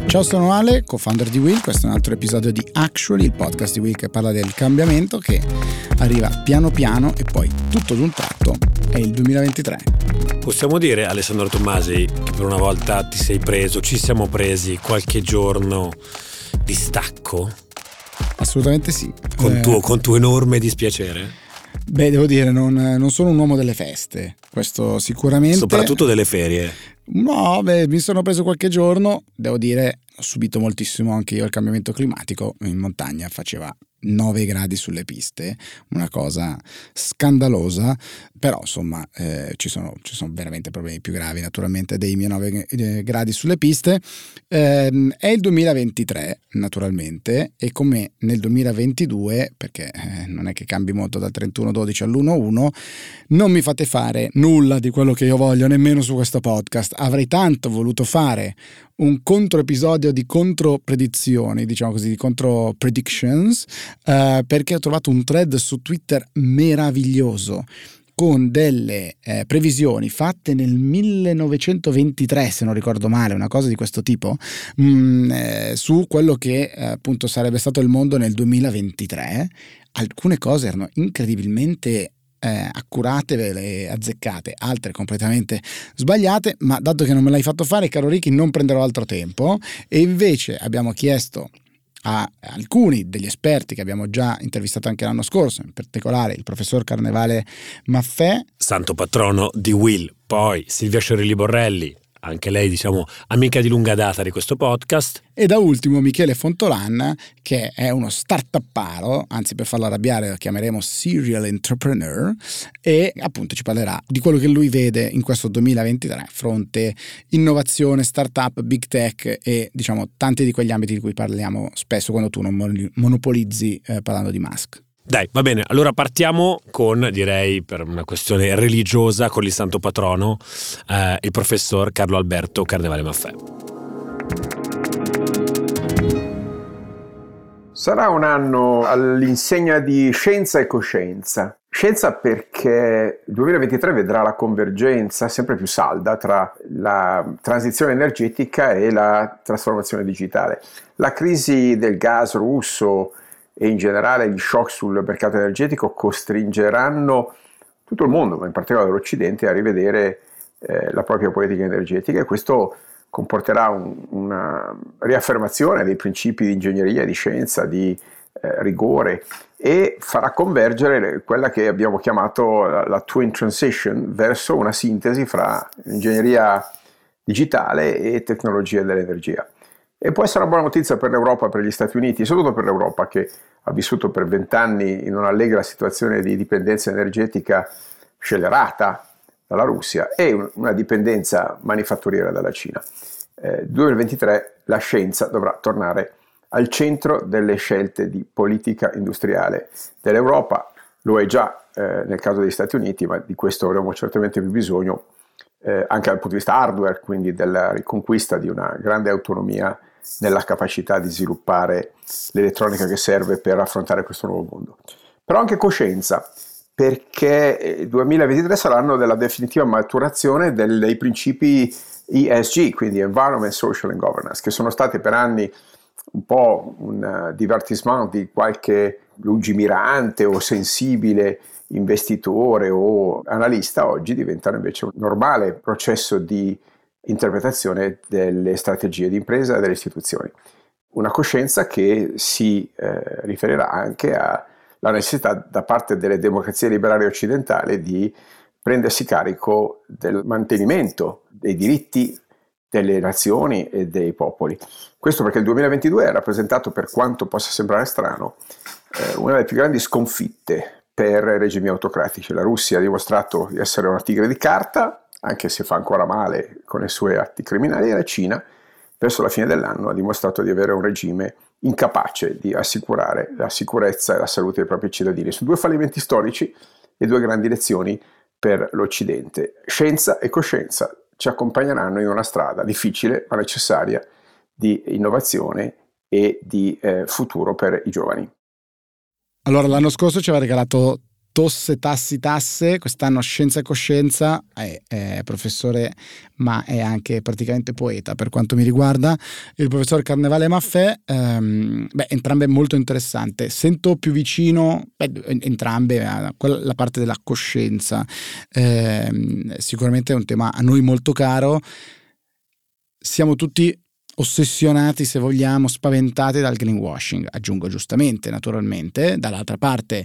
Ciao, sono Ale, co-founder di Will. Questo è un altro episodio di Actually, il podcast di Will che parla del cambiamento che arriva piano piano e poi tutto d'un tratto è il 2023. Possiamo dire, Alessandro Tommasi, che per una volta ci siamo presi qualche giorno di stacco? Assolutamente sì. Con tuo enorme dispiacere? Beh, devo dire, non sono un uomo delle feste, questo sicuramente. Soprattutto delle ferie. No, mi sono preso qualche giorno, devo dire, ho subito moltissimo anche io il cambiamento climatico. In montagna faceva 9 gradi sulle piste, una cosa scandalosa, però insomma ci sono veramente problemi più gravi naturalmente dei miei 9 gradi sulle piste. È il 2023 naturalmente, e come nel 2022, perché non è che cambi molto dal 31/12 all'1/1, non mi fate fare nulla di quello che io voglio, nemmeno su questo podcast. Avrei tanto voluto fare un controepisodio di contropredizioni, diciamo così, di contropredictions, perché ho trovato un thread su Twitter meraviglioso con delle previsioni fatte nel 1923, se non ricordo male, una cosa di questo tipo, su quello che appunto sarebbe stato il mondo nel 2023. Alcune cose erano incredibilmente accurate e azzeccate, altre completamente sbagliate, ma dato che non me l'hai fatto fare, caro Ricky, non prenderò altro tempo e invece abbiamo chiesto a alcuni degli esperti che abbiamo già intervistato anche l'anno scorso, in particolare il professor Carnevale Maffè, santo patrono di Will, poi Silvia Sciorelli Borrelli, anche lei diciamo amica di lunga data di questo podcast, e da ultimo Michele Fontolan, che è uno startupparo, anzi per farlo arrabbiare lo chiameremo serial entrepreneur, e appunto ci parlerà di quello che lui vede in questo 2023 fronte innovazione, startup, big tech e diciamo tanti di quegli ambiti di cui parliamo spesso quando tu non monopolizzi parlando di Musk. Dai, va bene, allora partiamo con, direi per una questione religiosa, con il santo patrono, il professor Carlo Alberto Carnevale Maffè. Sarà un anno all'insegna di scienza e coscienza. Scienza perché il 2023 vedrà la convergenza sempre più salda tra la transizione energetica e la trasformazione digitale. La crisi del gas russo e in generale gli shock sul mercato energetico costringeranno tutto il mondo, ma in particolare l'Occidente, a rivedere la propria politica energetica, e questo comporterà una riaffermazione dei principi di ingegneria, di scienza, di rigore, e farà convergere quella che abbiamo chiamato la twin transition verso una sintesi fra ingegneria digitale e tecnologia dell'energia. E può essere una buona notizia per l'Europa e per gli Stati Uniti, soprattutto per l'Europa, che ha vissuto per 20 anni in un'allegra situazione di dipendenza energetica scellerata dalla Russia e una dipendenza manifatturiera dalla Cina. 2023 la scienza dovrà tornare al centro delle scelte di politica industriale dell'Europa. Lo è già nel caso degli Stati Uniti, ma di questo avremo certamente più bisogno anche dal punto di vista hardware, quindi della riconquista di una grande autonomia nella capacità di sviluppare l'elettronica che serve per affrontare questo nuovo mondo. Però anche coscienza, perché il 2023 sarà l'anno della definitiva maturazione dei principi ESG, quindi Environment, Social and Governance, che sono stati per anni un po' un divertissement di qualche lungimirante o sensibile investitore o analista. Oggi diventano invece un normale processo di interpretazione delle strategie di impresa e delle istituzioni. Una coscienza che si riferirà anche alla necessità da parte delle democrazie liberali occidentali di prendersi carico del mantenimento dei diritti delle nazioni e dei popoli. Questo perché il 2022 ha rappresentato, per quanto possa sembrare strano, una delle più grandi sconfitte per regimi autocratici. La Russia ha dimostrato di essere una tigre di carta, anche se fa ancora male con i suoi atti criminali, e la Cina, verso la fine dell'anno, ha dimostrato di avere un regime incapace di assicurare la sicurezza e la salute dei propri cittadini. Sono due fallimenti storici e due grandi lezioni per l'Occidente. Scienza e coscienza ci accompagneranno in una strada difficile ma necessaria di innovazione e di futuro per i giovani. Allora, l'anno scorso ci aveva regalato tosse, tasse, quest'anno scienza e coscienza, è professore ma è anche praticamente poeta per quanto mi riguarda, il professor Carnevale Maffè, entrambe molto interessante. Sento più vicino entrambe la parte della coscienza, sicuramente è un tema a noi molto caro, siamo tutti ossessionati, se vogliamo, spaventati dal greenwashing, aggiungo giustamente, naturalmente. Dall'altra parte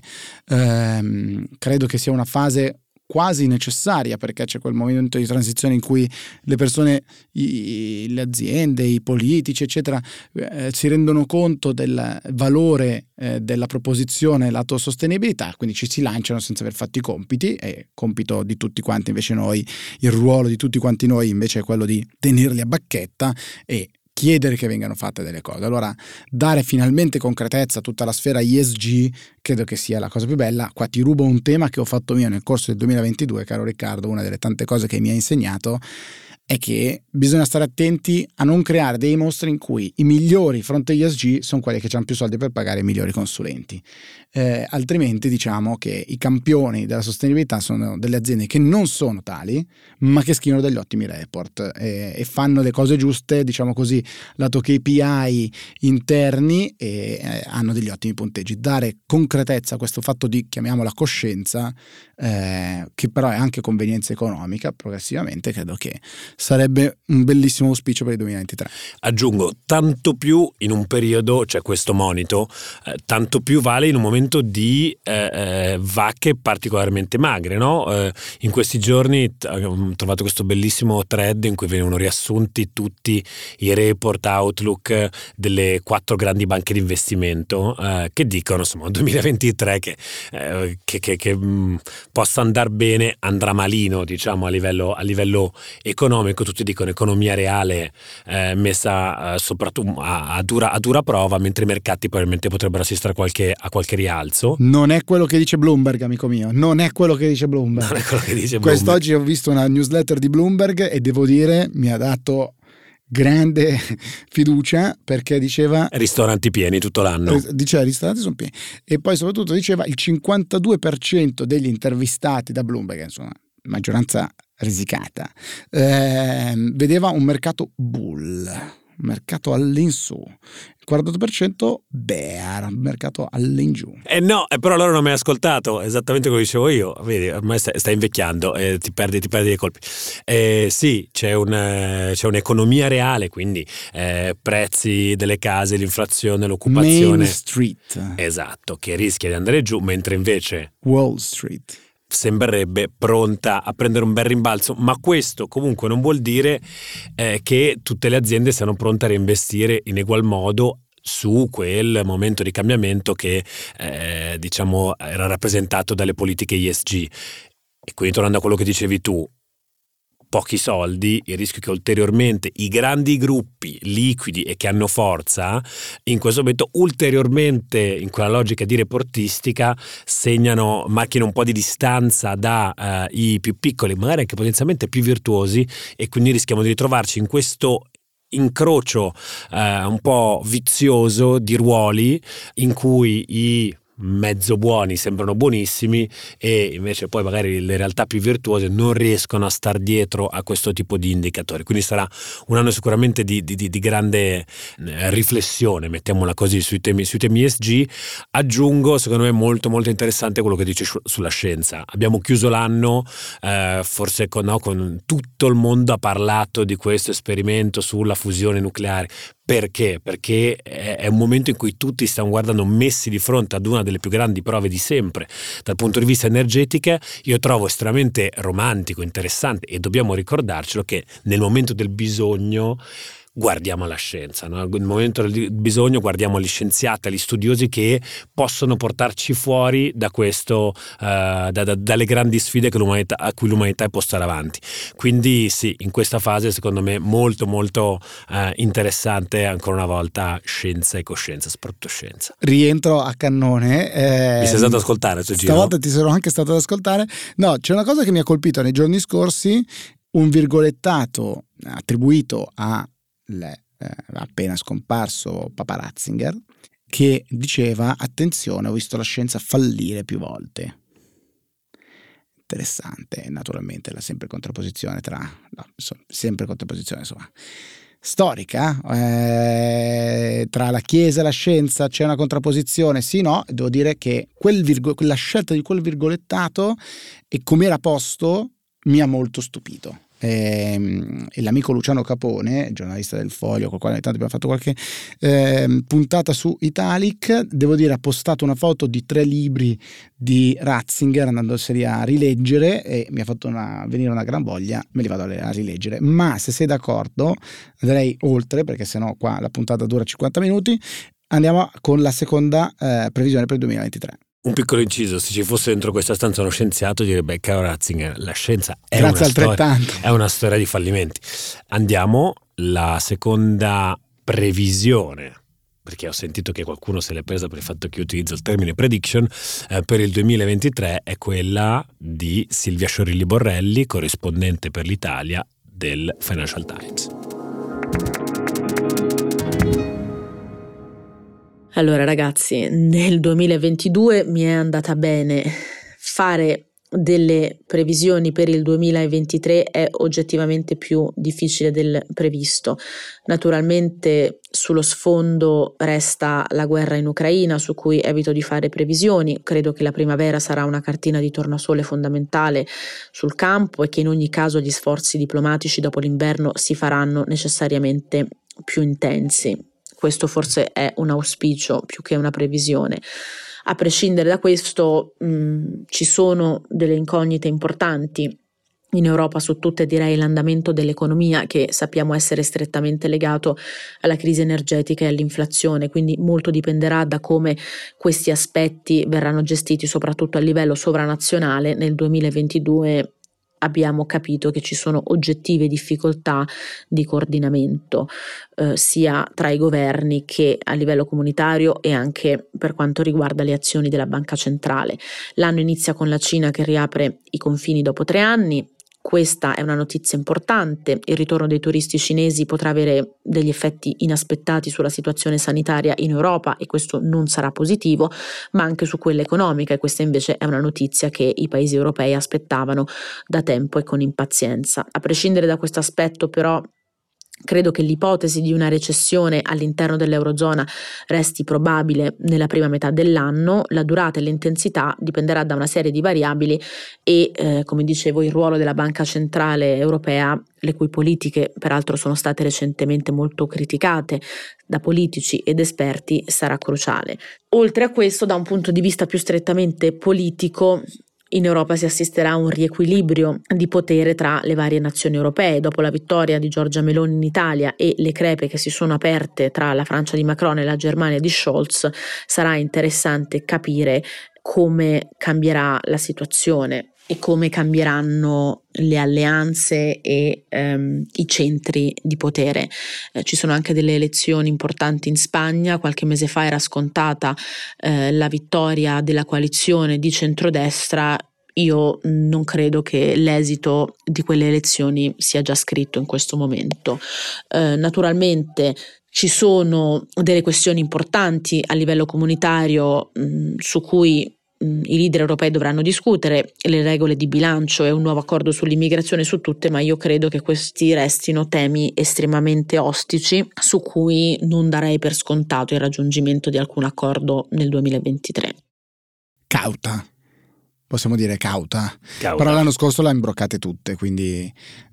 credo che sia una fase quasi necessaria, perché c'è quel momento di transizione in cui le persone, le aziende, i politici eccetera si rendono conto del valore della proposizione lato sostenibilità, quindi ci si lanciano senza aver fatto i compiti, e compito di tutti quanti invece noi, il ruolo di tutti quanti noi invece è quello di tenerli a bacchetta e chiedere che vengano fatte delle cose. Allora dare finalmente concretezza a tutta la sfera ESG credo che sia la cosa più bella. Qua ti rubo un tema che ho fatto mio nel corso del 2022, caro Riccardo. Una delle tante cose che mi ha insegnato è che bisogna stare attenti a non creare dei mostri in cui i migliori fronte ESG sono quelli che hanno più soldi per pagare i migliori consulenti, altrimenti diciamo che i campioni della sostenibilità sono delle aziende che non sono tali ma che scrivono degli ottimi report e fanno le cose giuste, diciamo così, lato KPI interni, e hanno degli ottimi punteggi. Dare concretezza a questo fatto di, chiamiamola coscienza, che però è anche convenienza economica progressivamente, credo che sarebbe un bellissimo auspicio per il 2023. Aggiungo, tanto più in un periodo, c'è questo monito, tanto più vale in un momento di vacche particolarmente magre, no? In questi giorni ho trovato questo bellissimo thread in cui venivano riassunti tutti i report Outlook delle 4 grandi banche di investimento che dicono, insomma, 2023 che possa andare bene, andrà malino, diciamo, a livello economico. Tutti dicono economia reale messa soprattutto a dura prova, mentre i mercati probabilmente potrebbero assistere a qualche rialzo. Non è quello che dice Bloomberg, amico mio, non è quello che dice Bloomberg. Non è quello che dice Bloomberg. Quest'oggi ho visto una newsletter di Bloomberg e devo dire mi ha dato grande fiducia, perché diceva ristoranti pieni tutto l'anno, diceva i ristoranti sono pieni, e poi soprattutto diceva il 52% degli intervistati da Bloomberg, insomma maggioranza risicata, vedeva un mercato bull, un mercato all'insù, il 48% bear, mercato all'ingiù. No, però loro non mi hanno ascoltato, esattamente come dicevo io. Vedi, ormai stai invecchiando, ti perdi dei colpi. Sì, c'è un'economia reale, quindi prezzi delle case, l'inflazione, l'occupazione. Main Street. Esatto, che rischia di andare giù, mentre invece Wall Street sembrerebbe pronta a prendere un bel rimbalzo, ma questo comunque non vuol dire che tutte le aziende siano pronte a reinvestire in egual modo su quel momento di cambiamento che diciamo era rappresentato dalle politiche ESG. E quindi, tornando a quello che dicevi tu, pochi soldi, il rischio che ulteriormente i grandi gruppi liquidi e che hanno forza in questo momento ulteriormente, in quella logica di reportistica, marchino un po' di distanza da i più piccoli, magari anche potenzialmente più virtuosi, e quindi rischiamo di ritrovarci in questo incrocio un po' vizioso di ruoli in cui i mezzo buoni sembrano buonissimi e invece poi magari le realtà più virtuose non riescono a star dietro a questo tipo di indicatori. Quindi sarà un anno sicuramente di grande riflessione, mettiamola così, sui temi ESG. Aggiungo, secondo me molto molto interessante quello che dici sulla scienza. Abbiamo chiuso l'anno forse con tutto il mondo ha parlato di questo esperimento sulla fusione nucleare. Perché? Perché è un momento in cui tutti stiamo guardando messi di fronte ad una delle più grandi prove di sempre dal punto di vista energetico. Io trovo estremamente romantico, interessante, e dobbiamo ricordarcelo che nel momento del bisogno guardiamo alla scienza, no? Nel momento del bisogno guardiamo agli scienziati, agli studiosi che possono portarci fuori da questo, dalle grandi sfide a cui l'umanità è posta davanti. Quindi sì, in questa fase secondo me molto molto interessante, ancora una volta scienza e coscienza, soprattutto scienza. Rientro a cannone. Mi sei stato ad ascoltare stavolta ti sarò anche stato ad ascoltare. No, c'è una cosa che mi ha colpito nei giorni scorsi, un virgolettato attribuito a appena scomparso Papa Ratzinger, che diceva: attenzione, ho visto la scienza fallire più volte. interessante, naturalmente sempre contrapposizione insomma storica, tra la Chiesa e la scienza c'è una contrapposizione, sì, no, devo dire che quella scelta di quel virgolettato e come era posto mi ha molto stupito. E l'amico Luciano Capone, giornalista del Foglio, con il quale abbiamo fatto qualche puntata su Italic, devo dire ha postato una foto di 3 libri di Ratzinger andandoseli a rileggere e mi ha fatto venire una gran voglia, me li vado a rileggere. Ma se sei d'accordo andrei oltre, perché sennò qua la puntata dura 50 minuti. Andiamo con la seconda previsione per il 2023. Un piccolo inciso: se ci fosse dentro questa stanza uno scienziato direbbe: caro Ratzinger, la scienza è una storia di fallimenti. Andiamo, la seconda previsione, perché ho sentito che qualcuno se l'è presa per il fatto che io utilizzo il termine prediction, per il 2023 è quella di Silvia Sciorilli Borrelli, corrispondente per l'Italia del Financial Times. Allora ragazzi, nel 2022 mi è andata bene. Fare delle previsioni per il 2023 è oggettivamente più difficile del previsto. Naturalmente sullo sfondo resta la guerra in Ucraina, su cui evito di fare previsioni. Credo che la primavera sarà una cartina di tornasole fondamentale sul campo e che in ogni caso gli sforzi diplomatici dopo l'inverno si faranno necessariamente più intensi. Questo forse è un auspicio più che una previsione. A prescindere da questo, ci sono delle incognite importanti in Europa su tutte, direi l'andamento dell'economia, che sappiamo essere strettamente legato alla crisi energetica e all'inflazione, quindi molto dipenderà da come questi aspetti verranno gestiti soprattutto a livello sovranazionale. Nel 2022 abbiamo capito che ci sono oggettive difficoltà di coordinamento sia tra i governi che a livello comunitario e anche per quanto riguarda le azioni della Banca Centrale. L'anno inizia con la Cina che riapre i confini dopo 3 anni. Questa è una notizia importante. Il ritorno dei turisti cinesi potrà avere degli effetti inaspettati sulla situazione sanitaria in Europa e questo non sarà positivo, ma anche su quella economica, e questa invece è una notizia che i paesi europei aspettavano da tempo e con impazienza. A prescindere da questo aspetto, però, credo che l'ipotesi di una recessione all'interno dell'Eurozona resti probabile nella prima metà dell'anno. La durata e l'intensità dipenderà da una serie di variabili e, come dicevo, il ruolo della Banca Centrale Europea, le cui politiche peraltro sono state recentemente molto criticate da politici ed esperti, sarà cruciale. Oltre a questo, da un punto di vista più strettamente politico, in Europa si assisterà a un riequilibrio di potere tra le varie nazioni europee. Dopo la vittoria di Giorgia Meloni in Italia e le crepe che si sono aperte tra la Francia di Macron e la Germania di Scholz, sarà interessante capire come cambierà la situazione e come cambieranno le alleanze e i centri di potere. Ci sono anche delle elezioni importanti in Spagna. Qualche mese fa era scontata la vittoria della coalizione di centrodestra. Io non credo che l'esito di quelle elezioni sia già scritto in questo momento. Naturalmente ci sono delle questioni importanti a livello comunitario su cui i leader europei dovranno discutere, le regole di bilancio e un nuovo accordo sull'immigrazione su tutte, ma io credo che questi restino temi estremamente ostici su cui non darei per scontato il raggiungimento di alcun accordo nel 2023. Cauta. Possiamo dire cauta. Però l'anno scorso l'ha imbroccate tutte, quindi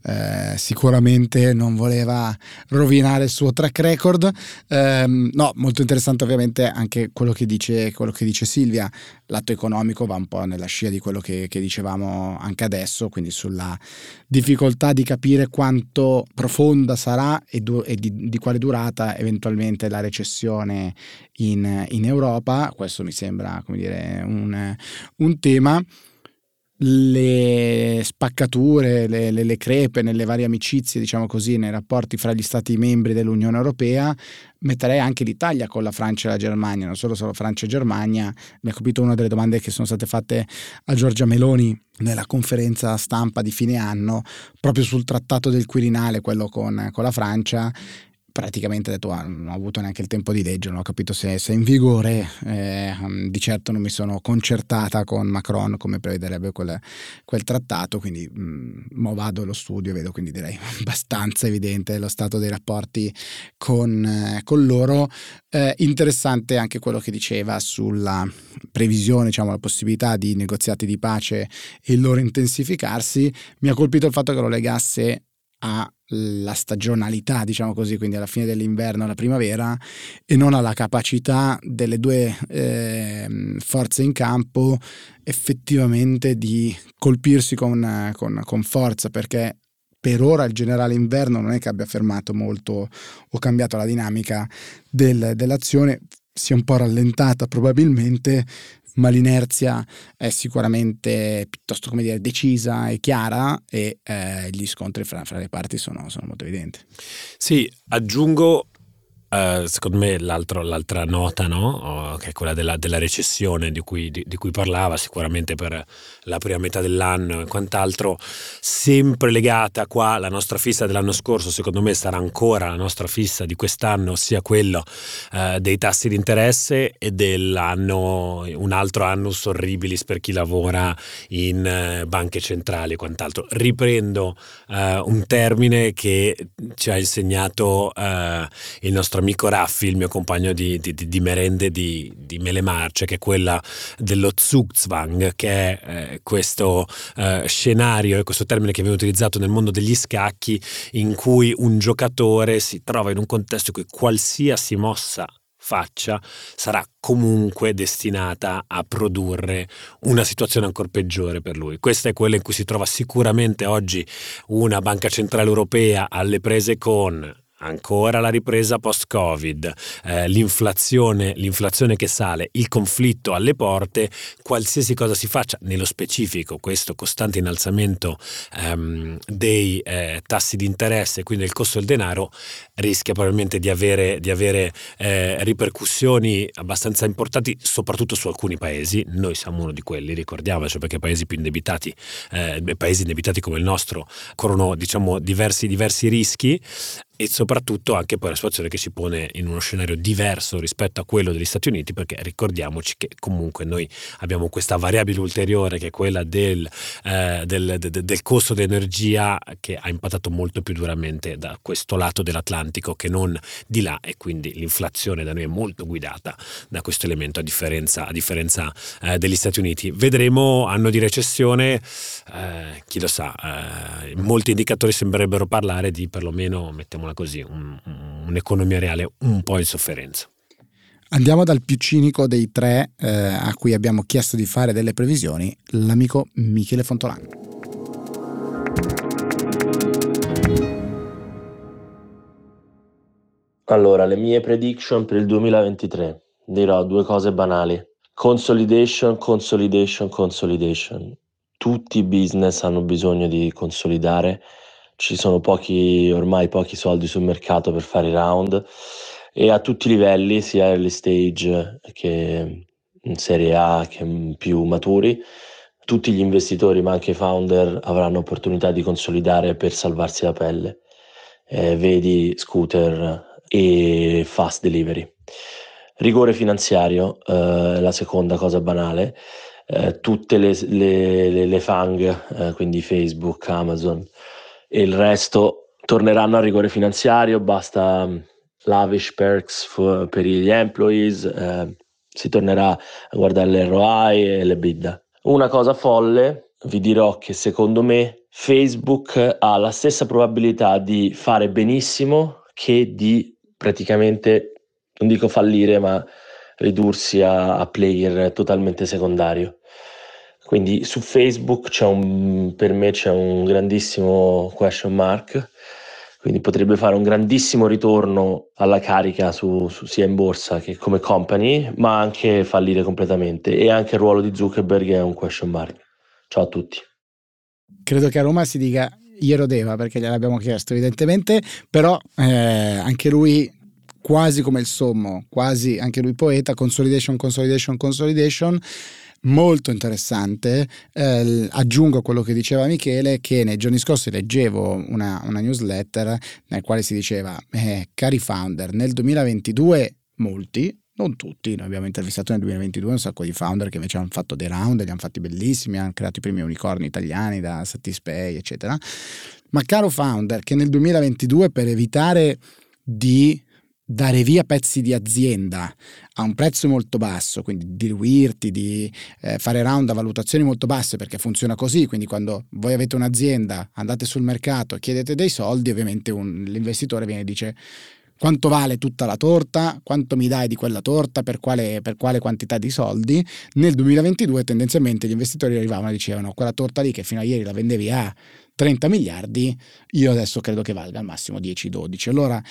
sicuramente non voleva rovinare il suo track record. No, molto interessante ovviamente anche quello che dice Silvia. Lato economico va un po' nella scia di quello che dicevamo anche adesso, quindi sulla difficoltà di capire quanto profonda sarà e di quale durata eventualmente la recessione in Europa. Questo mi sembra, come dire, un tema. Le spaccature, le crepe nelle varie amicizie, diciamo così, nei rapporti fra gli stati membri dell'Unione Europea, metterei anche l'Italia con la Francia e la Germania, non solo Francia e Germania. Mi ha colpito una delle domande che sono state fatte a Giorgia Meloni nella conferenza stampa di fine anno proprio sul trattato del Quirinale, quello con la Francia. praticamente ha detto non ho avuto neanche il tempo di leggere, non ho capito se è in vigore, di certo non mi sono concertata con Macron come prevederebbe quel trattato, quindi mo vado allo studio, vedo, quindi direi abbastanza evidente lo stato dei rapporti con loro. Interessante anche quello che diceva sulla previsione, diciamo la possibilità di negoziati di pace e il loro intensificarsi. Mi ha colpito il fatto che lo legasse alla stagionalità, diciamo così, quindi alla fine dell'inverno, alla primavera, e non alla capacità delle due forze in campo effettivamente di colpirsi con forza, perché per ora il generale inverno non è che abbia fermato molto o cambiato la dinamica dell'azione, si è un po' rallentata probabilmente, ma l'inerzia è sicuramente piuttosto, come dire, decisa e chiara, e gli scontri fra le parti sono molto evidenti. Sì, aggiungo secondo me l'altra nota, no? Che è quella della recessione di cui parlava, sicuramente per la prima metà dell'anno e quant'altro, sempre legata qua. La nostra fissa dell'anno scorso secondo me sarà ancora la nostra fissa di quest'anno, ossia quello dei tassi di interesse e un altro annus horribilis per chi lavora in banche centrali e quant'altro. Riprendo un termine che ci ha insegnato il nostro amico Raffi, il mio compagno di merende di Mele Marce, che è quella dello Zugzwang, che è questo scenario e questo termine che viene utilizzato nel mondo degli scacchi, in cui un giocatore si trova in un contesto in cui qualsiasi mossa faccia sarà comunque destinata a produrre una situazione ancora peggiore per lui. Questa è quella in cui si trova sicuramente oggi una banca centrale europea alle prese con ancora la ripresa post-Covid, l'inflazione che sale, il conflitto alle porte. Qualsiasi cosa si faccia, nello specifico questo costante innalzamento dei tassi di interesse, quindi del costo del denaro, rischia probabilmente di avere ripercussioni abbastanza importanti, soprattutto su alcuni paesi. Noi siamo uno di quelli, ricordiamoci, perché paesi più indebitati, paesi indebitati come il nostro, corrono, diciamo, diversi rischi, e soprattutto anche poi la situazione che si pone in uno scenario diverso rispetto a quello degli Stati Uniti, perché ricordiamoci che comunque noi abbiamo questa variabile ulteriore che è quella del costo dell'energia, che ha impattato molto più duramente da questo lato dell'Atlantico che non di là, e quindi l'inflazione da noi è molto guidata da questo elemento, a differenza degli Stati Uniti. Vedremo, anno di recessione, chi lo sa, molti indicatori sembrerebbero parlare di, perlomeno, mettiamola così, un'economia reale un po' in sofferenza. Andiamo dal più cinico dei tre a cui abbiamo chiesto di fare delle previsioni, l'amico Michele Fontolani. Allora, le mie prediction per il 2023, dirò due cose banali: consolidation. Tutti i business hanno bisogno di consolidare, ci sono ormai pochi soldi sul mercato per fare i round, e a tutti i livelli, sia early stage che in serie A che più maturi. Tutti gli investitori, ma anche i founder, avranno opportunità di consolidare per salvarsi la pelle. Vedi Scooter e fast delivery. Rigore finanziario, la seconda cosa banale. Tutte le FANG, quindi Facebook, Amazon e il resto, torneranno al rigore finanziario. Basta lavish perks per gli employees, si tornerà a guardare l'ROI e l'EBITDA. Una cosa folle, vi dirò che secondo me Facebook ha la stessa probabilità di fare benissimo che di praticamente, non dico fallire, ma ridursi a player totalmente secondario. Quindi su Facebook per me c'è un grandissimo question mark, quindi potrebbe fare un grandissimo ritorno alla carica sia in borsa che come company, ma anche fallire completamente, e anche il ruolo di Zuckerberg è un question mark. Ciao a tutti. Credo che a Roma si dica Ierodeva, perché gliel'abbiamo chiesto evidentemente, però anche lui quasi come il sommo, quasi anche lui poeta, consolidation. molto interessante. Aggiungo a quello che diceva Michele, che nei giorni scorsi leggevo una newsletter nel quale si diceva cari founder, nel 2022 molti, non tutti, noi abbiamo intervistato nel 2022 un sacco di founder che invece hanno fatto dei round, li hanno fatti bellissimi, hanno creato i primi unicorni italiani da Satispay eccetera, ma caro founder che nel 2022 per evitare di dare via pezzi di azienda a un prezzo molto basso, quindi diluirti, di fare round a valutazioni molto basse, perché funziona così, quindi quando voi avete un'azienda, andate sul mercato, chiedete dei soldi, ovviamente l'investitore viene e dice quanto vale tutta la torta, quanto mi dai di quella torta, per quale quantità di soldi. Nel 2022 tendenzialmente gli investitori arrivavano e dicevano quella torta lì che fino a ieri la vendevi a 30 miliardi, io adesso credo che valga al massimo 10-12. Allora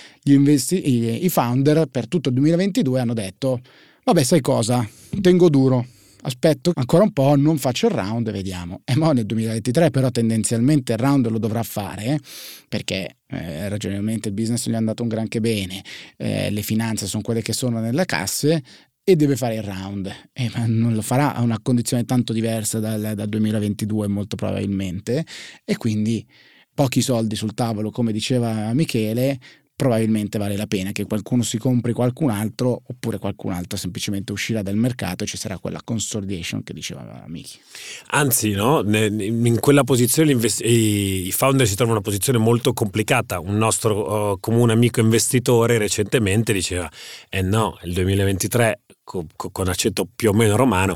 i founder per tutto il 2022 hanno detto vabbè, sai cosa, tengo duro, aspetto ancora un po', non faccio il round e vediamo. E mo nel 2023 però tendenzialmente il round lo dovrà fare, perché ragionevolmente il business gli è andato un granché bene, le finanze sono quelle che sono nelle casse, e deve fare il round, ma non lo farà a una condizione tanto diversa dal 2022 molto probabilmente, e quindi pochi soldi sul tavolo, come diceva Michele, probabilmente vale la pena che qualcuno si compri qualcun altro, oppure qualcun altro semplicemente uscirà dal mercato e ci sarà quella consolidation che diceva Miki. Anzi, no? In quella posizione i founder si trovano in una posizione molto complicata. Un nostro comune amico investitore recentemente diceva no, il 2023 con accento più o meno romano,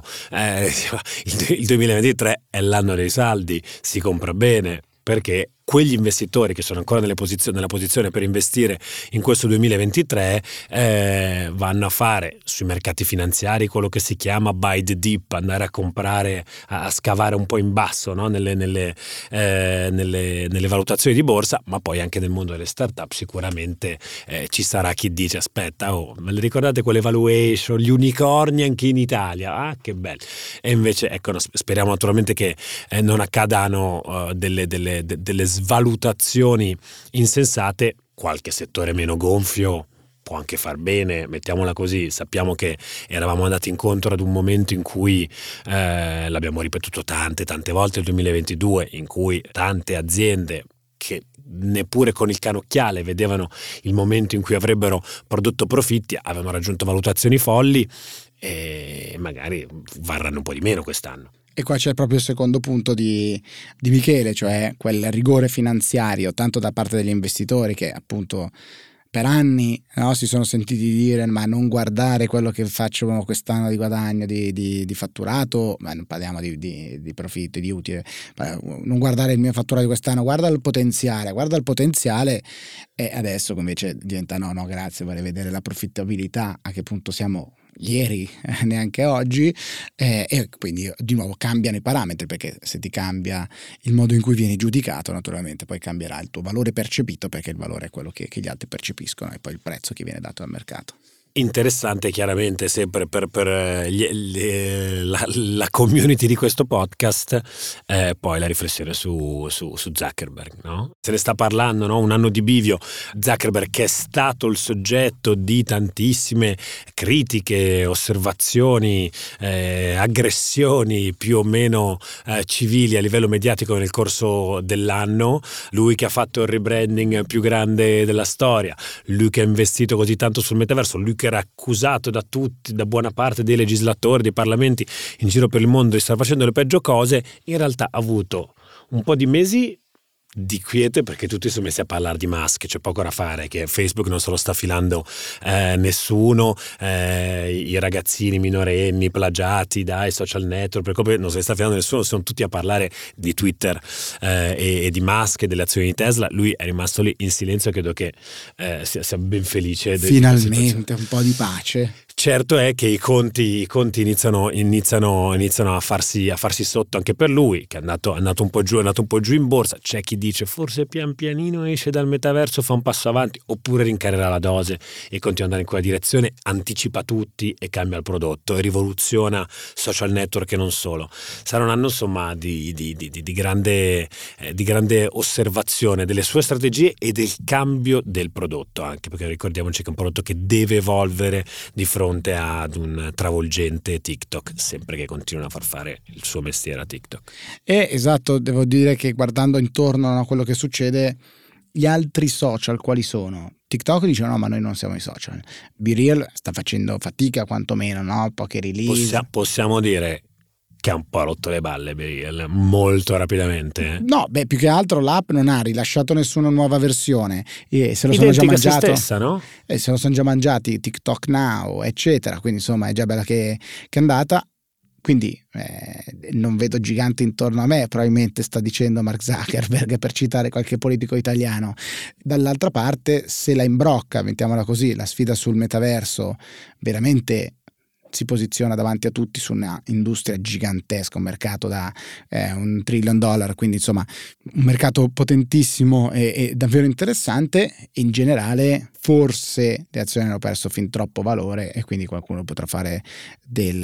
il 2023 è l'anno dei saldi, si compra bene, perché quegli investitori che sono ancora nella posizione per investire in questo 2023 vanno a fare sui mercati finanziari quello che si chiama buy the dip, andare a comprare, a scavare un po' in basso, no? nelle valutazioni di borsa, ma poi anche nel mondo delle startup sicuramente ci sarà chi dice aspetta, me le ricordate quelle valuation, gli unicorni anche in Italia, ah che bello. E invece ecco, speriamo naturalmente che non accadano delle svalutazioni insensate. Qualche settore meno gonfio può anche far bene, mettiamola così. Sappiamo che eravamo andati incontro ad un momento in cui l'abbiamo ripetuto tante volte il 2022, in cui tante aziende che neppure con il canocchiale vedevano il momento in cui avrebbero prodotto profitti avevano raggiunto valutazioni folli e magari varranno un po' di meno quest'anno. E qua c'è proprio il secondo punto di Michele, cioè quel rigore finanziario, tanto da parte degli investitori che appunto per anni si sono sentiti dire ma non guardare quello che faccio quest'anno di guadagno, di fatturato, ma non parliamo di profitto, di utile, non guardare il mio fatturato di quest'anno, guarda il potenziale, e adesso invece diventa no grazie, vorrei vedere la profittabilità, a che punto siamo ieri, neanche oggi, e quindi di nuovo cambiano i parametri, perché se ti cambia il modo in cui vieni giudicato naturalmente poi cambierà il tuo valore percepito, perché il valore è quello che gli altri percepiscono e poi il prezzo che viene dato al mercato. Interessante chiaramente sempre per la community di questo podcast, poi la riflessione su Zuckerberg, no? Se ne sta parlando, no? Un anno di bivio, Zuckerberg che è stato il soggetto di tantissime critiche, osservazioni, aggressioni più o meno civili a livello mediatico nel corso dell'anno, lui che ha fatto il rebranding più grande della storia, lui che ha investito così tanto sul metaverso, lui che era accusato da tutti, da buona parte dei legislatori, dei parlamenti in giro per il mondo di star facendo le peggio cose, in realtà ha avuto un po' di mesi di quiete, perché tutti sono messi a parlare di Musk, c'è poco da fare, che Facebook non se lo sta filando nessuno, i ragazzini minorenni plagiati dai social network, perché non se ne sta filando nessuno, sono tutti a parlare di Twitter e di Musk e delle azioni di Tesla. Lui è rimasto lì in silenzio, credo che sia ben felice finalmente un po' di pace. Certo è che i conti iniziano a farsi sotto anche per lui, che è andato un po' giù in borsa. C'è chi dice forse pian pianino esce dal metaverso, fa un passo avanti, oppure rincarerà la dose e continua ad andare in quella direzione, anticipa tutti e cambia il prodotto e rivoluziona social network e non solo. Sarà un anno insomma di grande osservazione delle sue strategie e del cambio del prodotto, anche perché ricordiamoci che è un prodotto che deve evolvere di fronte fronte ad un travolgente TikTok, sempre che continuino a far fare il suo mestiere a TikTok. Esatto, devo dire che guardando intorno a quello che succede, gli altri social quali sono? TikTok dice no, ma noi non siamo i social. BeReal sta facendo fatica quantomeno, no? Poche release. Possiamo dire che ha un po' rotto le balle BeReal molto rapidamente. No, più che altro l'app non ha rilasciato nessuna nuova versione e se lo sono già mangiato. Stessa, no? Se lo sono già mangiati TikTok Now, eccetera, quindi insomma è già bella che è andata. Quindi non vedo gigante intorno a me, probabilmente sta dicendo Mark Zuckerberg, per citare qualche politico italiano. Dall'altra parte, se la imbrocca, mettiamola così, la sfida sul metaverso veramente si posiziona davanti a tutti su una industria gigantesca, un mercato da $1 trillion, quindi insomma un mercato potentissimo e davvero interessante. In generale forse le azioni hanno perso fin troppo valore e quindi qualcuno potrà fare dei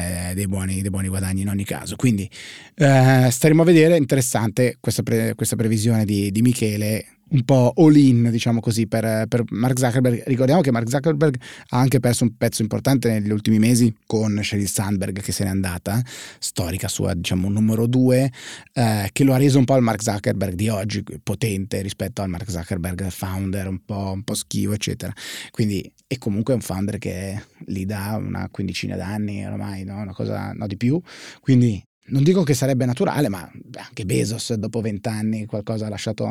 buoni guadagni in ogni caso, quindi staremo a vedere. Interessante questa previsione di Michele, un po' all in, diciamo così, per Mark Zuckerberg. Ricordiamo che Mark Zuckerberg ha anche perso un pezzo importante negli ultimi mesi con Sheryl Sandberg, che se n'è andata, storica sua, diciamo, numero 2, che lo ha reso un po' il Mark Zuckerberg di oggi, potente rispetto al Mark Zuckerberg founder, un po' schivo, eccetera. Quindi è comunque un founder che lì da una quindicina d'anni ormai, no? Una cosa, no, di più. Quindi non dico che sarebbe naturale, ma anche Bezos dopo 20 anni qualcosa ha lasciato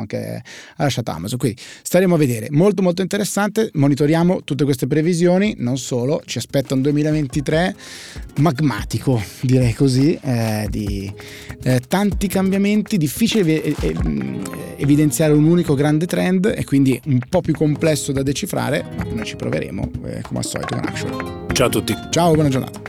Amazon, quindi staremo a vedere. Molto molto interessante, monitoriamo tutte queste previsioni. Non solo, ci aspetta un 2023 magmatico, direi così, di tanti cambiamenti, difficile evidenziare un unico grande trend e quindi un po' più complesso da decifrare, ma noi ci proveremo come al solito con Action. Ciao a tutti. Ciao, buona giornata.